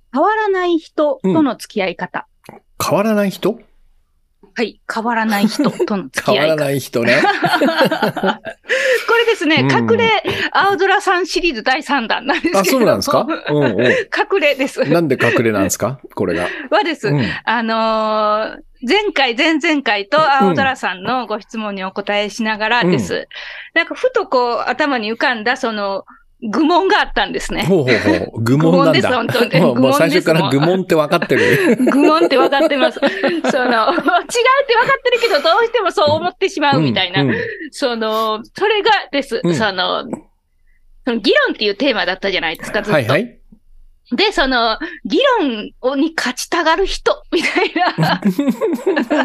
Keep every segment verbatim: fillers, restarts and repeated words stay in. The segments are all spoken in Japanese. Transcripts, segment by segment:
変わらない人との付き合い方。 うん、変わらない人？ はい。変わらない人との付き合い方。 変わらない人ね。 これですね、隠れ青空さんシリーズだいさんだんなんですけど。 あ、そうなんですか？うんうん。隠れです。 なんで隠れなんですか？これが。 はです。うん、あのー、前回、前々回と青空さんのご質問にお答えしながらです。うん、なんかふとこう頭に浮かんだその、愚問があったんですね。 ほうほうほう。愚問なんだ。愚問です、本当に。もう、もう最初から愚問って分かってる。 愚問って分かってます。その、違うって分かってるけど、どうしてもそう思ってしまうみたいな。うんうん、その、それがです、うん、その、その議論っていうテーマだったじゃないですか、ずっと。はいはい。で、その、議論に勝ちたがる人、みたいな、いるな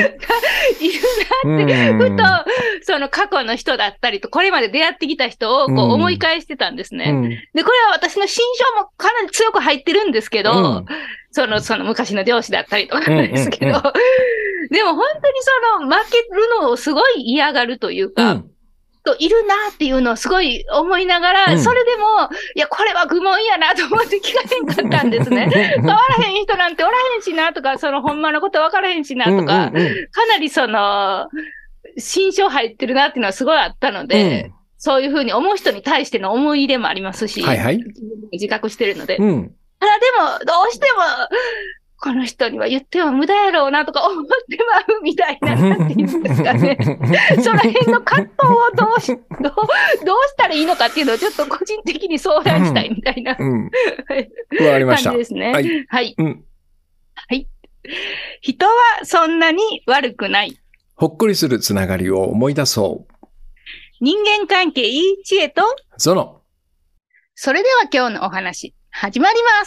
って、ふと、その過去の人だったりと、これまで出会ってきた人をこう思い返してたんですね。うん、で、これは私の心情もかなり強く入ってるんですけど、うん、その、その昔の上司だったりとかなんですけど、うんうんうん、でも本当にその負けるのをすごい嫌がるというか、うんといるなっていうのをすごい思いながら、うん、それでも、いや、これは愚問やなと思って聞かへんかったんですね。変わらへん人なんておらへんしなとか、そのほんまのことわからへんしなとか、うんうんうん、かなりその、心象入ってるなっていうのはすごいあったので、うん、そういうふうに思う人に対しての思い入れもありますし、はいはい、自覚してるので。うん、ただでも、どうしても、この人には言っては無駄やろうなとか思ってまうみたいな、なんていうんですかね。その辺の葛藤をどうし、どう、どうしたらいいのかっていうのをちょっと個人的に相談したいみたいな。うん。わ、 うん、かりました。 感じですね。はい。はい。 うん、 はい。人はそんなに悪くない。 ほっこりするつながりを思い出そう。 人間関係いい知恵とゾノ。 それでは今日のお話、始まります。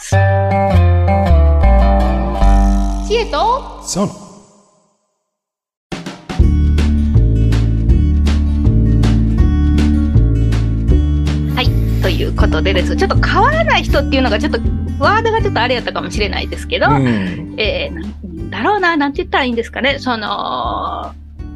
知恵とゾノ。 はい。ということでです。ちょっと変わらない人っていうのがちょっとワードがちょっとあれやったかもしれないですけど、うん、えー、なんだろうな、なんて言ったらいいんですかね。その、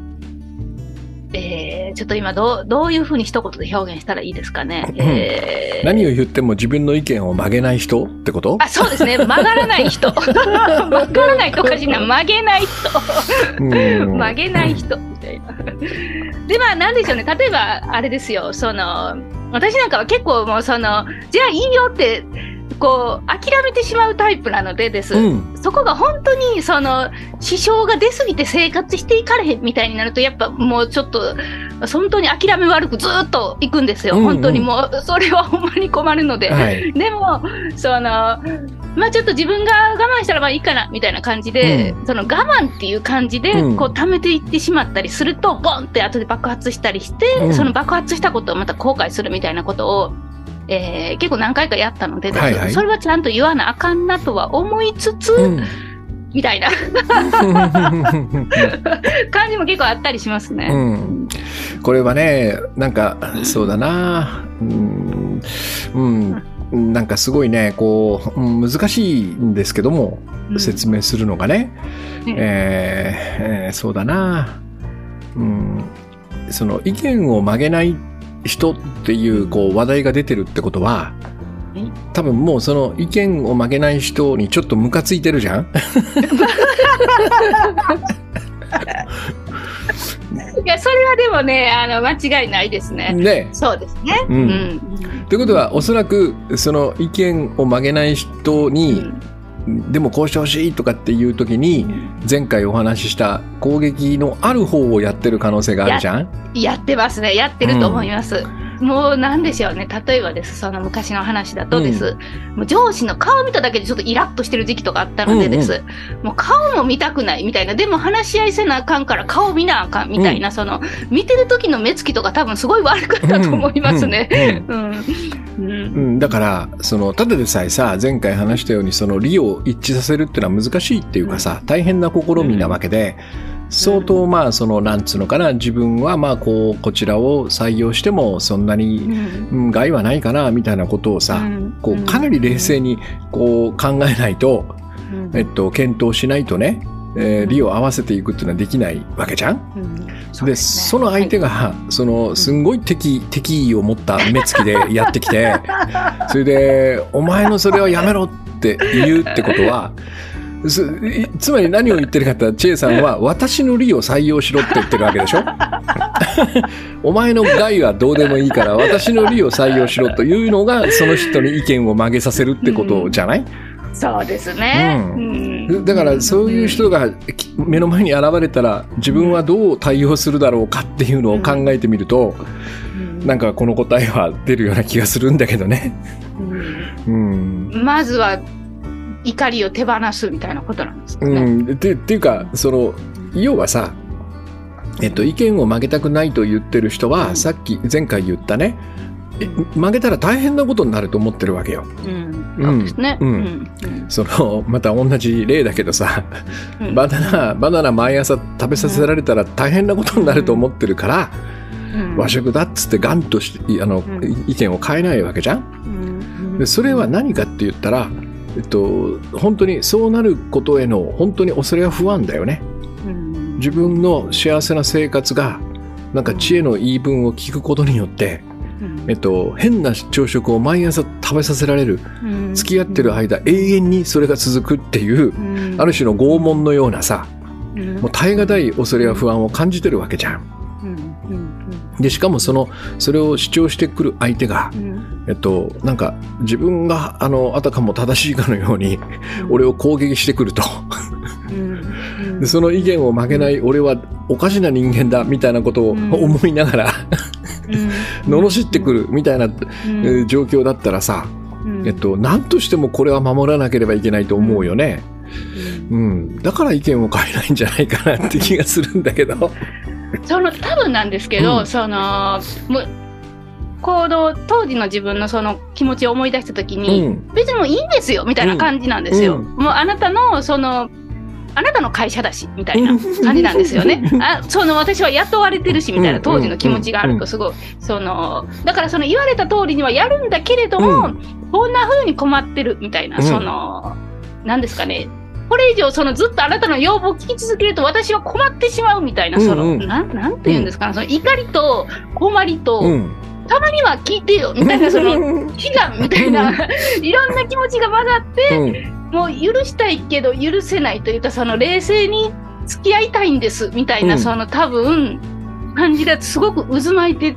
えー、ちょっと今どう、どういうふうに一言で表現したらいいですかね。うん、 えー、何を言っても自分の意見を曲げない人ってこと？ あ、そうですね。曲がらない人。曲がらないとおかしいな。曲げない人。曲げない人みたいな。で、まあ、なんでしょうね。例えば、あれですよ。その、私なんかは結構もうその、じゃあいいよって、こう諦めてしまうタイプなのでです、うん、そこが本当にその支障が出すぎて生活していかれへんみたいになるとやっぱもうちょっと本当に諦め悪くずっといくんですよ、うんうん、本当にもうそれはほんまに困るので、はい、でもそのまあちょっと自分が我慢したらまあいいかなみたいな感じで、うん、その我慢っていう感じでこう溜めていってしまったりするとボンって後で爆発したりして、うん、その爆発したことをまた後悔するみたいなことをえー、結構何回かやったので、はいはい、それはちゃんと言わなあかんなとは思いつつ、うん、みたいな感じも結構あったりしますね、うん、 これはねなんかそうだな、うんうん、なんかすごいねこう難しいんですけども、うん、説明するのがね、うんえーえー、そうだな、うん、その意見を曲げない人っていうこう話題が出てるってことは多分もうその意見を曲げない人にちょっとムカついてるじゃんいやそれはでもねあの間違いないですね。ねそうですね、うんうん、 ということはおそらくその意見を曲げない人に、うん、でもこうしてほしいとかっていう時に前回お話しした攻撃のある方をやってる可能性があるじゃん。 や, やってますねやってると思います、うん、もうなんでしょうね例えばですその昔の話だとです、うん、もう上司の顔見ただけでちょっとイラッとしてる時期とかあったのでです、うんうん、もう顔も見たくないみたいなでも話し合いせなあかんから顔見なあかんみたいな、うん、その見てる時の目つきとか多分すごい悪かったと思いますね、うんうんうんうんうん、 だからそのただでさえさ前回話したようにその理を一致させるっていうのは難しいっていうかさ大変な試みなわけで、相当まあそのなんつうのかな自分はまあこうこちらを採用してもそんなに害はないかなみたいなことをさこうかなり冷静にこう考えないとえっと検討しないとねえー、利を合わせていくっていうのはできないわけじゃん、うんそで、ね、その相手が、はい、そのすんごい敵、敵意を持った目つきでやってきてそれでお前のそれをやめろっって言うってことは、つ, つまり何を言ってるかってチェイさんは私の利を採用しろって言ってるわけでしょお前の害はどうでもいいから私の利を採用しろというのがその人に意見を曲げさせるってことじゃない、うん、 そうですね、 うん、だからそういう人が目の前に現れたら自分はどう対応するだろうかっていうのを考えてみると、うん、なんかこの答えは出るような気がするんだけどね、 うんうん、まずは怒りを手放すみたいなことなんですかね。 うん、ってっていうかその要はさ、えっと、意見を曲げたくないと言ってる人は、うん、さっき前回言ったね、曲げたら大変なことになると思ってるわけよ。 うん、そうですね。うん、 そのまた同じ例だけどさ、うん、バナナバナナ毎朝食べさせられたら大変なことになると思ってるから、うん、和食だっつってガンとしてあの、うん、意見を変えないわけじゃん。うん、でそれは何かって言ったら、えっと、本当にそうなることへの本当に恐れや不安だよね、うん、自分の幸せな生活がなんか知恵の言い分を聞くことによって、うんえっと、変な朝食を毎朝食べさせられる、うん、付き合ってる間、うん、永遠にそれが続くっていう、うん、ある種の拷問のようなさ、うん、もう耐え難い恐れや不安を感じてるわけじゃん、うんうん、でしかもそのそれを主張してくる相手が、うんえっと、なんか自分があのあたかも正しいかのように、うん、俺を攻撃してくると、うん、でその意見を曲げない俺はおかしな人間だみたいなことを思いながら、うん、罵ってくるみたいな、うん、状況だったらさ、うんえっと、何としてもこれは守らなければいけないと思うよね、うんうん、だから意見を変えないんじゃないかなって気がするんだけどその多分なんですけど、うん、そのもう行動当時の自分のその気持ちを思い出したときに、うん、別にもういいんですよみたいな感じなんですよ、うん、もうあなたのそのあなたの会社だしみたいな感じなんですよねあその私は雇われてるしみたいな当時の気持ちがあるとすごいそのだからその言われた通りにはやるんだけれども、うん、こんな風に困ってるみたいな、うん、その何ですかねこれ以上そのずっとあなたの要望を聞き続けると私は困ってしまうみたいなその、うんうん、な, なんて言うんですかね、うん、その怒りと困りと、うんたまには聞いてよみたいなその悲願みたいないろんな気持ちが混ざって、うん、もう許したいけど許せないというかその冷静に付き合いたいんですみたいな、うん、その多分感じがすごく渦巻いてって、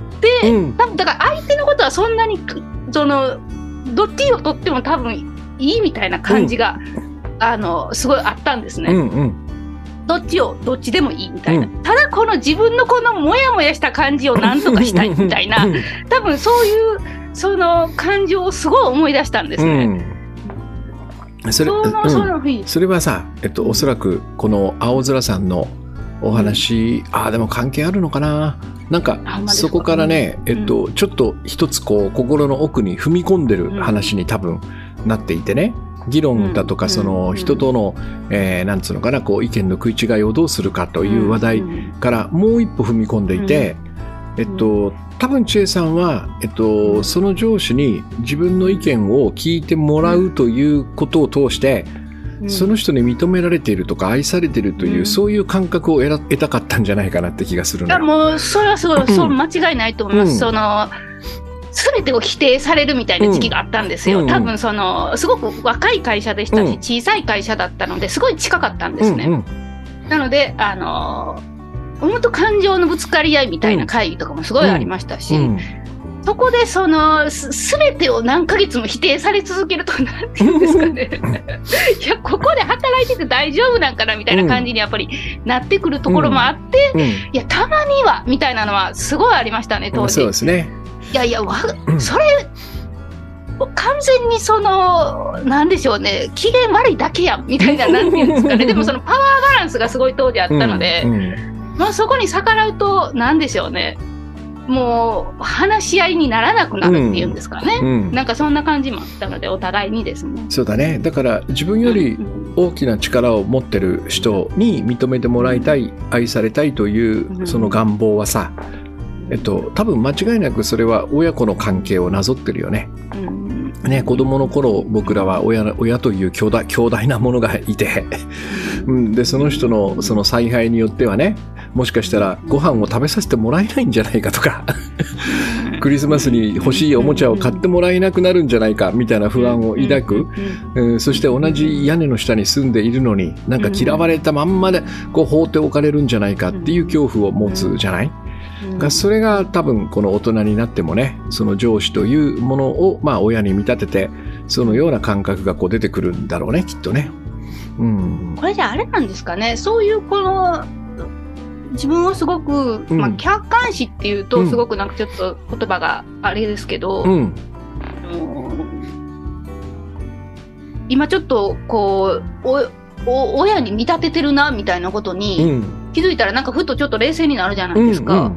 うん、多分だから相手のことはそんなにそのどっちをとっても多分いいみたいな感じが、うん、あのすごいあったんですね。うんうんどっちをどっちでもいいみたいな、うん、ただこの自分のこのモヤモヤした感じを何とかしたいみたいな多分そういうその感情をすごい思い出したんですね、 うん、それ、そのその、うん、それはさ、えっと、おそらくこの青空さんのお話、うん、ああでも関係あるのかななんかそこからね、うん、えっと、ちょっと一つこう心の奥に踏み込んでる話に多分なっていてね議論だとかその人との、えー、なんつうのかなこう意見の食い違いをどうするかという話題からもう一歩踏み込んでいて、えっと多分千恵さんは、えっと、その上司に自分の意見を聞いてもらうということを通してその人に認められているとか愛されているという、そういう感覚を得ら得たかったんじゃないかなって気がするのよ。 いやもうそれはすごい、そう間違いないと思います、うん、その全てを否定されるみたいな時期があったんですよ、うん、多分そのすごく若い会社でしたし、うん、小さい会社だったのですごい近かったんですね、うんうん、なのであの本当感情のぶつかり合いみたいな会議とかもすごいありましたし、うんうん、そこでその全てを何ヶ月も否定され続けるとなんていうんですかねいやここで働いてて大丈夫なんかなみたいな感じにやっぱりなってくるところもあって、うんうん、いやたまにはみたいなのはすごいありましたね当時。 そうですね。 いやいやわそれ完全にそのなんでしょうね機嫌悪いだけやんみたいななんていうんですかねでもそのパワーバランスがすごい当時あったので、うんうんまあ、そこに逆らうとなんでしょうねもう話し合いにならなくなるっていうんですかね、うんうん、なんかそんな感じもあったのでお互いにですね。 そうだね。だから自分より大きな力を持ってる人に認めてもらいたい愛されたいというその願望はさ、えっと、多分間違いなくそれは親子の関係をなぞってるよね、うん、 ね、子供の頃僕らは親、親という強大、強大なものがいて、うん、で、その人のその采配によってはね、もしかしたらご飯を食べさせてもらえないんじゃないかとか、クリスマスに欲しいおもちゃを買ってもらえなくなるんじゃないかみたいな不安を抱く、うん、そして同じ屋根の下に住んでいるのに、なんか嫌われたまんまでこう放っておかれるんじゃないかっていう恐怖を持つじゃない。がそれが多分この大人になってもね、その上司というものをまあ親に見立てて、そのような感覚がこう出てくるんだろうね、きっとね。うん、 これじゃああれなんですかね、そういうこの自分をすごく、うん、まあ、客観視っていうとすごくなんかちょっと言葉があれですけど、うん、今ちょっとこうおお親に見立ててるなみたいなことに、うん、気づいたらなんかふとちょっと冷静になるじゃないですか。うんうん、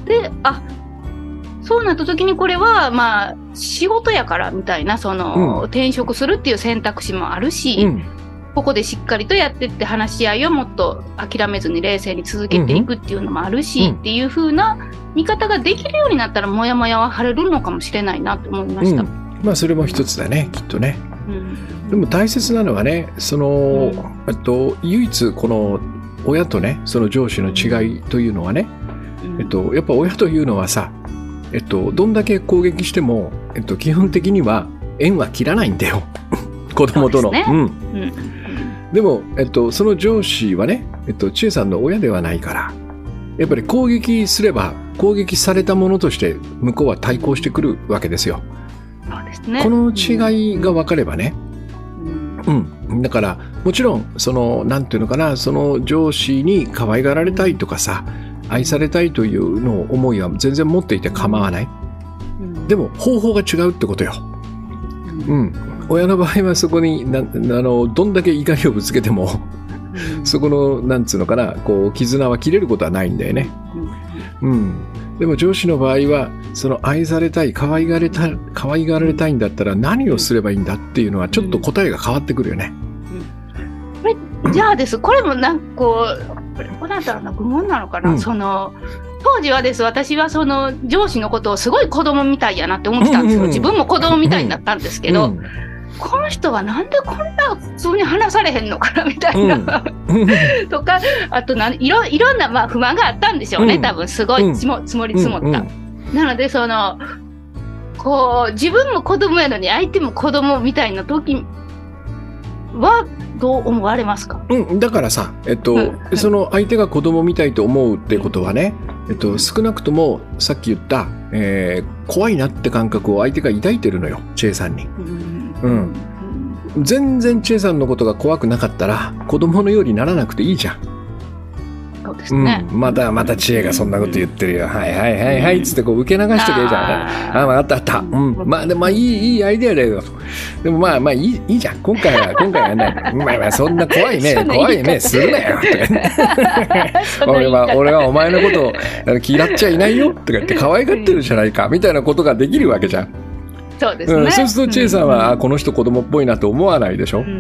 で、あ、そうなった時にこれはまあ仕事やからみたいな、その、うん、転職するっていう選択肢もあるし、うん、ここでしっかりとやってって話し合いをもっと諦めずに冷静に続けていくっていうのもあるし、うん、っていう風な見方ができるようになったらモヤモヤは晴れるのかもしれないなと思いました。うん、 まあそれも一つだね、きっとね。うん、でも大切なのはね、その、うん、えっと唯一この親とね、その上司の違いというのはね、うん、えっとやっぱ親というのはさ、えっとどんだけ攻撃しても、えっと基本的には縁は切らないんだよ。子供との。ね、うん。うん、でも、えっと、その上司はね、えっと、千恵さんの親ではないから、やっぱり攻撃すれば、攻撃されたものとして向こうは対抗してくるわけですよ。 そうですね。 この違いが分かればね、うん。うん、だから、もちろん、その、なんていうのかな、その上司に可愛がられたいとかさ、愛されたいというのを思いは全然持っていて構わない。うん、でも、方法が違うってことよ。うん。親の場合はそこになあのどんだけ怒りをぶつけても、うん、そこのなんつうのかな、こう絆は切れることはないんだよね。うん。うん、でも上司の場合はその愛されたい、可愛がれた可愛がられたいんだったら何をすればいいんだっていうのはちょっと答えが変わってくるよね。 うんうん、じゃあです、これもなんかこうこれこうなんだろうな、愚問なのかな、うん、その。当時はです、私はその上司のことをすごい子供みたいやなって思ってたんですよ。うんうん、自分も子供みたいになったんですけど、うん、この人はなんでこんな普通に話されへんのかなみたいな、うん、とか、あとないろいろんなまあ不満があったんでしょうね、うん、多分すごい積も、積もり積もった。うんうん、なのでそのこう自分も子供やのに相手も子供みたいな時はどう思われますか？ うん、だからさ、えっと、うん、その相手が子供みたいと思うってことはね、えっと、少なくともさっき言った、えー、怖いなって感覚を相手が抱いてるのよ、千恵さんに。うん。うん、全然千恵さんのことが怖くなかったら子供のようにならなくていいじゃん。 そうですね。 うん、またまた千恵がそんなこと言ってるよ。はいはいはいはいっつってこう受け流しとけばいいじゃん。ああ、まあ、あったあった。うん。まあでもまあいいいいアイデアだよ。でもまあまあいいいいじゃん。今回は今回はね、まあまあそんな怖いね怖いねするなよ。俺は俺はお前のことを嫌っちゃいないよとか言って可愛がってるじゃないかみたいなことができるわけじゃん。 そうですね。 うん、そうすると千恵さんは、うん、あこの人子供っぽいなと思わないでしょ。うんうん、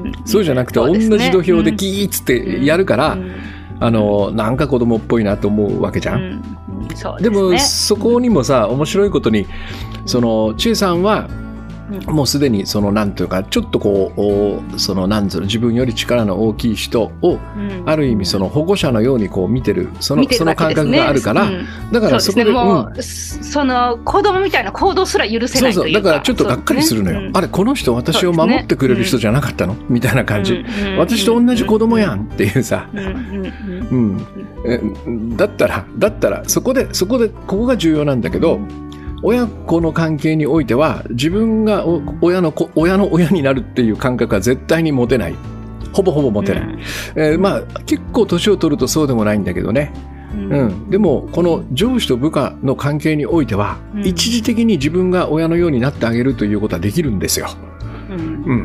そうじゃなくて、ね、同じ土俵でギーッつってやるから。うんうんあのなんか子供っぽいなと思うわけじゃん、うんうんそうですね、でもそこにもさ面白いことにその千恵さんはもうすでにそのなんていうかちょっとこうそのなんつうの自分より力の大きい人を、うん、ある意味その保護者のようにこう見てるその、ね、その感覚があるから、うん、だからそこで、 そうですね、もう、うん、その子供みたいな行動すら許せないというかそうそうだからちょっとがっかりするのよ、ね、あれこの人私を守ってくれる人じゃなかったの、ね、みたいな感じ、うん、私と同じ子供やんっていうさ、うんうん、だったらだったらそこでそこでここが重要なんだけど親子の関係においては自分が親の子親の親になるっていう感覚は絶対に持てないほぼほぼ持てない、うんえー、まあ結構年を取るとそうでもないんだけどね、うんうん、でもこの上司と部下の関係においては、うん、一時的に自分が親のようになってあげるということはできるんですよ、うんうん、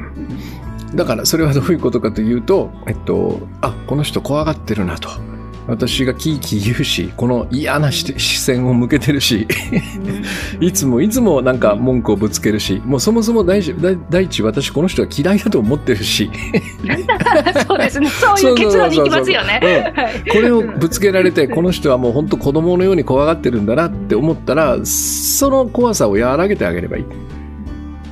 だからそれはどういうことかというと、えっと、あこの人怖がってるなと私がキーキー言うしこの嫌な視線を向けてるしいつもいつもなんか文句をぶつけるしもうそもそも第一、第一私この人は嫌いだと思ってるしそうですねそういう結論に行きますよねこれをぶつけられてこの人はもう本当子供のように怖がってるんだなって思ったらその怖さを和らげてあげればいい、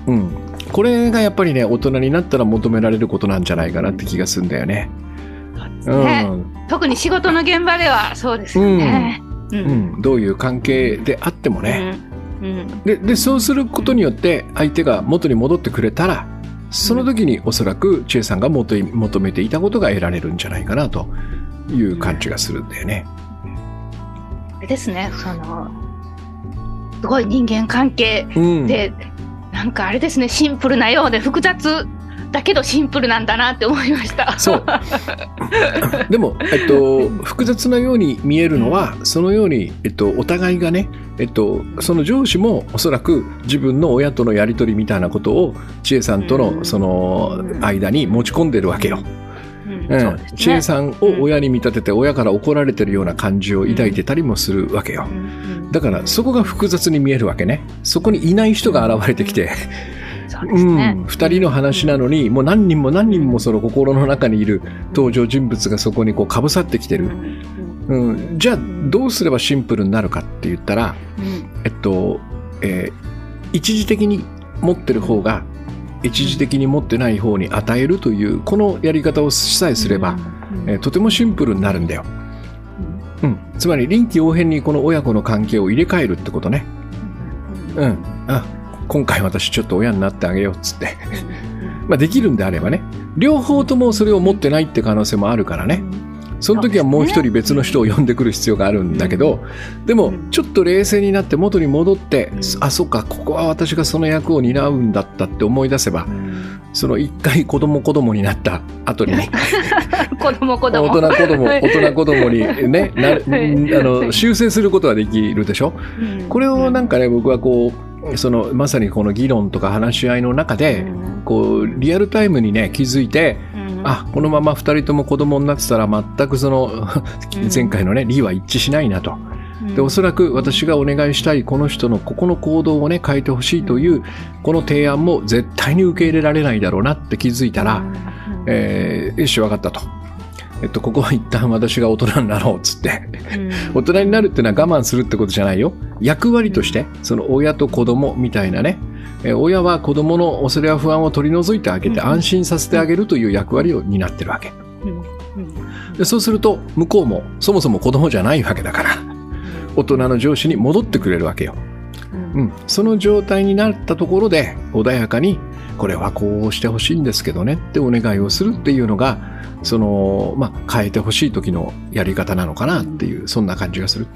うん。これがやっぱりね、大人になったら求められることなんじゃないかなって気がするんだよね。 そうですね。うん、特に仕事の現場ではそうですよね。 うん。うん、どういう関係であってもね。うんうん、で, でそうすることによって相手が元に戻ってくれたら、その時におそらく千恵さんが求めていたことが得られるんじゃないかなという感じがするんだよね。 あれですね、そのすごい人間関係で、うん、なんかあれですね、シンプルなようで複雑だけどシンプルなんだなって思いました。 そうでも、えっと、複雑なように見えるのは、うん、そのように、えっと、お互いがね、えっと、その上司もおそらく自分の親とのやり取りみたいなことを千恵さんとのその間に持ち込んでるわけよ。千恵さんを親に見立てて親から怒られてるような感じを抱いてたりもするわけよ。だからそこが複雑に見えるわけね。そこにいない人が現れてきて、 そうですね、 うん、ふたりの話なのにもう何人も何人もその心の中にいる登場人物がそこにこうかぶさってきてる。うん、じゃあどうすればシンプルになるかって言ったら、うん、えっと、えー、一時的に持ってる方が一時的に持ってない方に与えるというこのやり方をさえすれば、うん、えー、とてもシンプルになるんだよ。うん、つまり臨機応変にこの親子の関係を入れ替えるってことね。うん、あ、今回私ちょっと親になってあげようっつってまあできるんであればね、両方ともそれを持ってないって可能性もあるからね。その時はもう一人別の人を呼んでくる必要があるんだけど、でもちょっと冷静になって元に戻って、あ、そっか、ここは私がその役を担うんだったって思い出せば、その一回子供子供になった後にね子供子供大人子供大人子供にねなあの修正することができるでしょ。これをなんかね、僕はこうそのまさにこの議論とか話し合いの中でこうリアルタイムにね気づいて、あ、このままふたりとも子供になってたら全くその前回のね理は一致しないなと。でおそらく私がお願いしたいこの人のここの行動をね変えてほしいというこの提案も絶対に受け入れられないだろうなって気づいたら、えー、よし分かったと、えっと、ここは一旦私が大人になろうっつって大人になるっていうのは我慢するってことじゃないよ。役割としてその親と子供みたいなね、えー、親は子供の恐れや不安を取り除いてあげて安心させてあげるという役割を担ってるわけで、そうすると向こうもそもそも子供じゃないわけだから大人の上司に戻ってくれるわけよ、うん、その状態になったところで穏やかにこれはこうしてほしいんですけどねってお願いをするっていうのがその、まあ、変えてほしい時のやり方なのかなっていうそんな感じがする。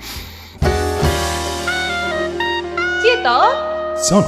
知恵とそう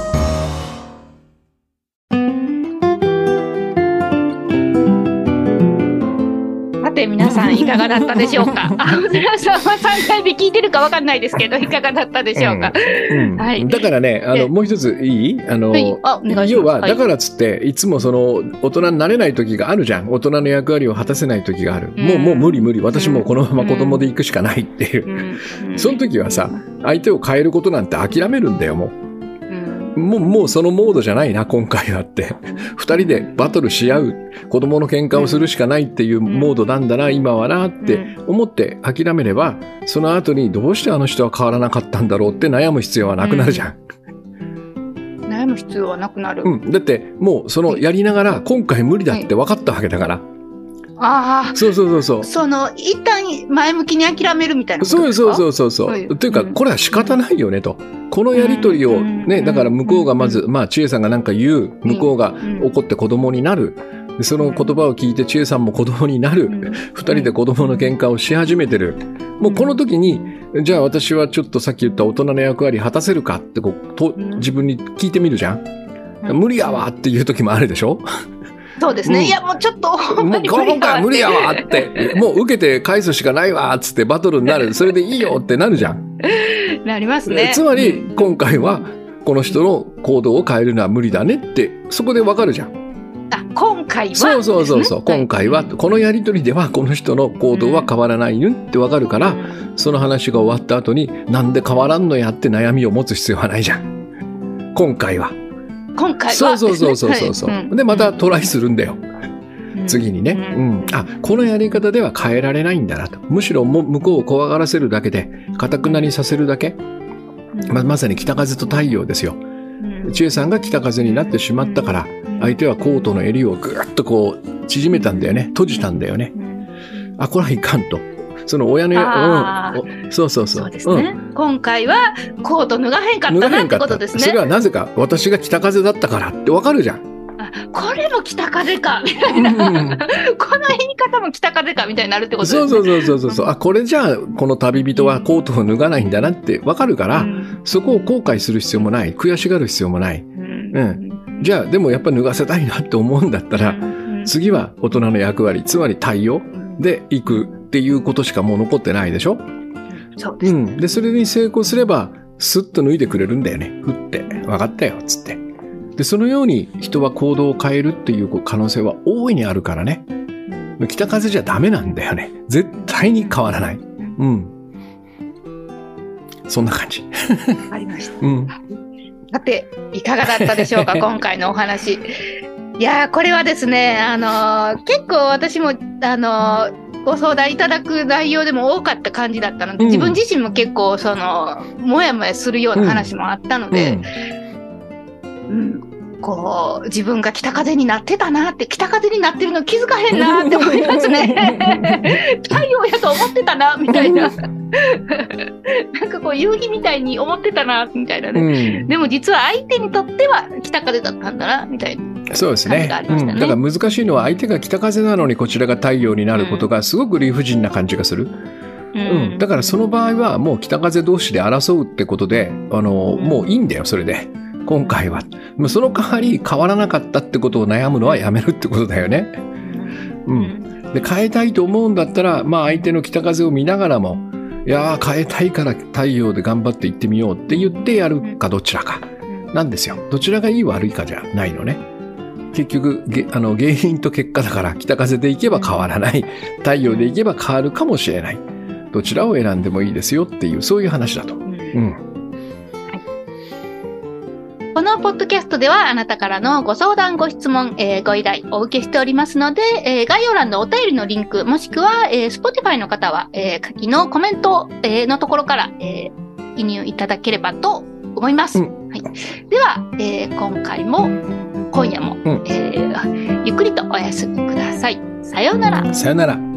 さて皆さんいかがだったでしょうか。あ、皆さんはさんかいめ聞いてるかわかんないですけどいかがだったでしょうか。 うんうん、はい、だからね、あのもう一ついい、あの、はい、あ、お願いします。要はだからっつって、はい、いつもその大人になれない時があるじゃん。大人の役割を果たせない時がある。うん、もうもう無理無理。私もこのまま子供で行くしかないっていう。うん、その時はさ、相手を変えることなんて諦めるんだよもう。もう、もうそのモードじゃないな、今回はって。二人でバトルし合う、子供の喧嘩をするしかないっていうモードなんだな、今はなって思って諦めれば、その後にどうしてあの人は変わらなかったんだろうって悩む必要はなくなるじゃん。 うん、悩む必要はなくなる。 うん。だって、もうそのやりながら、今回無理だって分かったわけだから。 ああ、 そうそうそうそう。 その一旦前向きに諦めるみたいなことですか？ そうそうそうそう。はい、というか、これは仕方ないよねと。このやりとりをね、だから向こうがまず、まあ、千恵さんが何か言う、向こうが怒って子供になる。その言葉を聞いて千恵さんも子供になる。二人で子供の喧嘩をし始めてる。もうこの時に、じゃあ私はちょっとさっき言った大人の役割果たせるかってこうと自分に聞いてみるじゃん。無理やわっていう時もあるでしょ？ そうですね、うん、いやもうちょっともう今回無理やわってもう受けて返すしかないわっつってバトルになる。それでいいよってなるじゃん。 なりますね。 つまり今回はこの人の行動を変えるのは無理だねってそこでわかるじゃん。 あ、今回は、 そうそうそうそう、今回は、はい、このやりとりではこの人の行動は変わらないねってわかるから、うん、その話が終わった後になんで変わらんのやって悩みを持つ必要はないじゃん。今回は今回は、 そうそうそうそうそうそう、はい、でまたトライするんだよ、うん、次にね、うんうん、あ、このやり方では変えられないんだなと。むしろも向こうを怖がらせるだけで堅くなりさせるだけ、ま, まさに北風と太陽ですよ。 千恵さんが北風になってしまったから、相手はコートの襟をぐーっとこう縮めたんだよね。閉じたんだよね。あ、これはいかんと。その親の、うん、そうそうそう。 そうですね。うん、今回はコート脱がへんかったなってことですね。 それはなぜか、私が北風だったからってわかるじゃん。 あ、これも北風かみたいな、うん、この言い方も北風かみたいになるってことですね。 そうそうそうそうそう。あ、これじゃあこの旅人はコートを脱がないんだなってわかるから、うん、そこを後悔する必要もない、悔しがる必要もない。うん。うん、じゃあでもやっぱ脱がせたいなって思うんだったら、うん、次は大人の役割、つまり対応で行くっていうことしかもう残ってないでしょ。 そうです。うん。 で、それに成功すればスッと脱いでくれるんだよね。ふって分かったよっつって。で、そのように人は行動を変えるっていう可能性は大いにあるからね。北風じゃダメなんだよね。絶対に変わらない。うん。そんな感じ。 ありました。うん。さて、いかがだったでしょうか、今回のお話。いやー、これはですね、あのー、結構私も、あのー、ご相談いただく内容でも多かった感じだったので、うん、自分自身も結構、その、もやもやするような話もあったので、うんうん、こう自分が北風になってたなって、北風になってるの気づかへんなって思いますね。太陽やと思ってたなみたいな。なんかこう夕日みたいに思ってたなみたいなね、うん、でも実は相手にとっては北風だったんだなみたいな。 そうですね。うん、だから難しいのは相手が北風なのにこちらが太陽になることがすごく理不尽な感じがする。うんうん、だからその場合はもう北風同士で争うってことで、あの、うん、もういいんだよそれで。今回は。その代わり変わらなかったってことを悩むのはやめるってことだよね。うん。で、変えたいと思うんだったら、まあ相手の北風を見ながらも、いやー変えたいから太陽で頑張って行ってみようって言ってやるかどちらかなんですよ。どちらがいい悪いかじゃないのね。結局、あの原因と結果だから北風で行けば変わらない。太陽で行けば変わるかもしれない。どちらを選んでもいいですよっていう、そういう話だと。うん。 このポッドキャストではあなたからのご相談、ご質問、えー、ご依頼お受けしておりますので、えー、概要欄のお便りのリンク、もしくは、えー、Spotify の方は、えー、下記のコメント、えー、のところから、えー、記入いただければと思います。うん、はい、では、えー、今回も、今夜も、うん、えー、ゆっくりとお休みください。さようなら。 さようなら。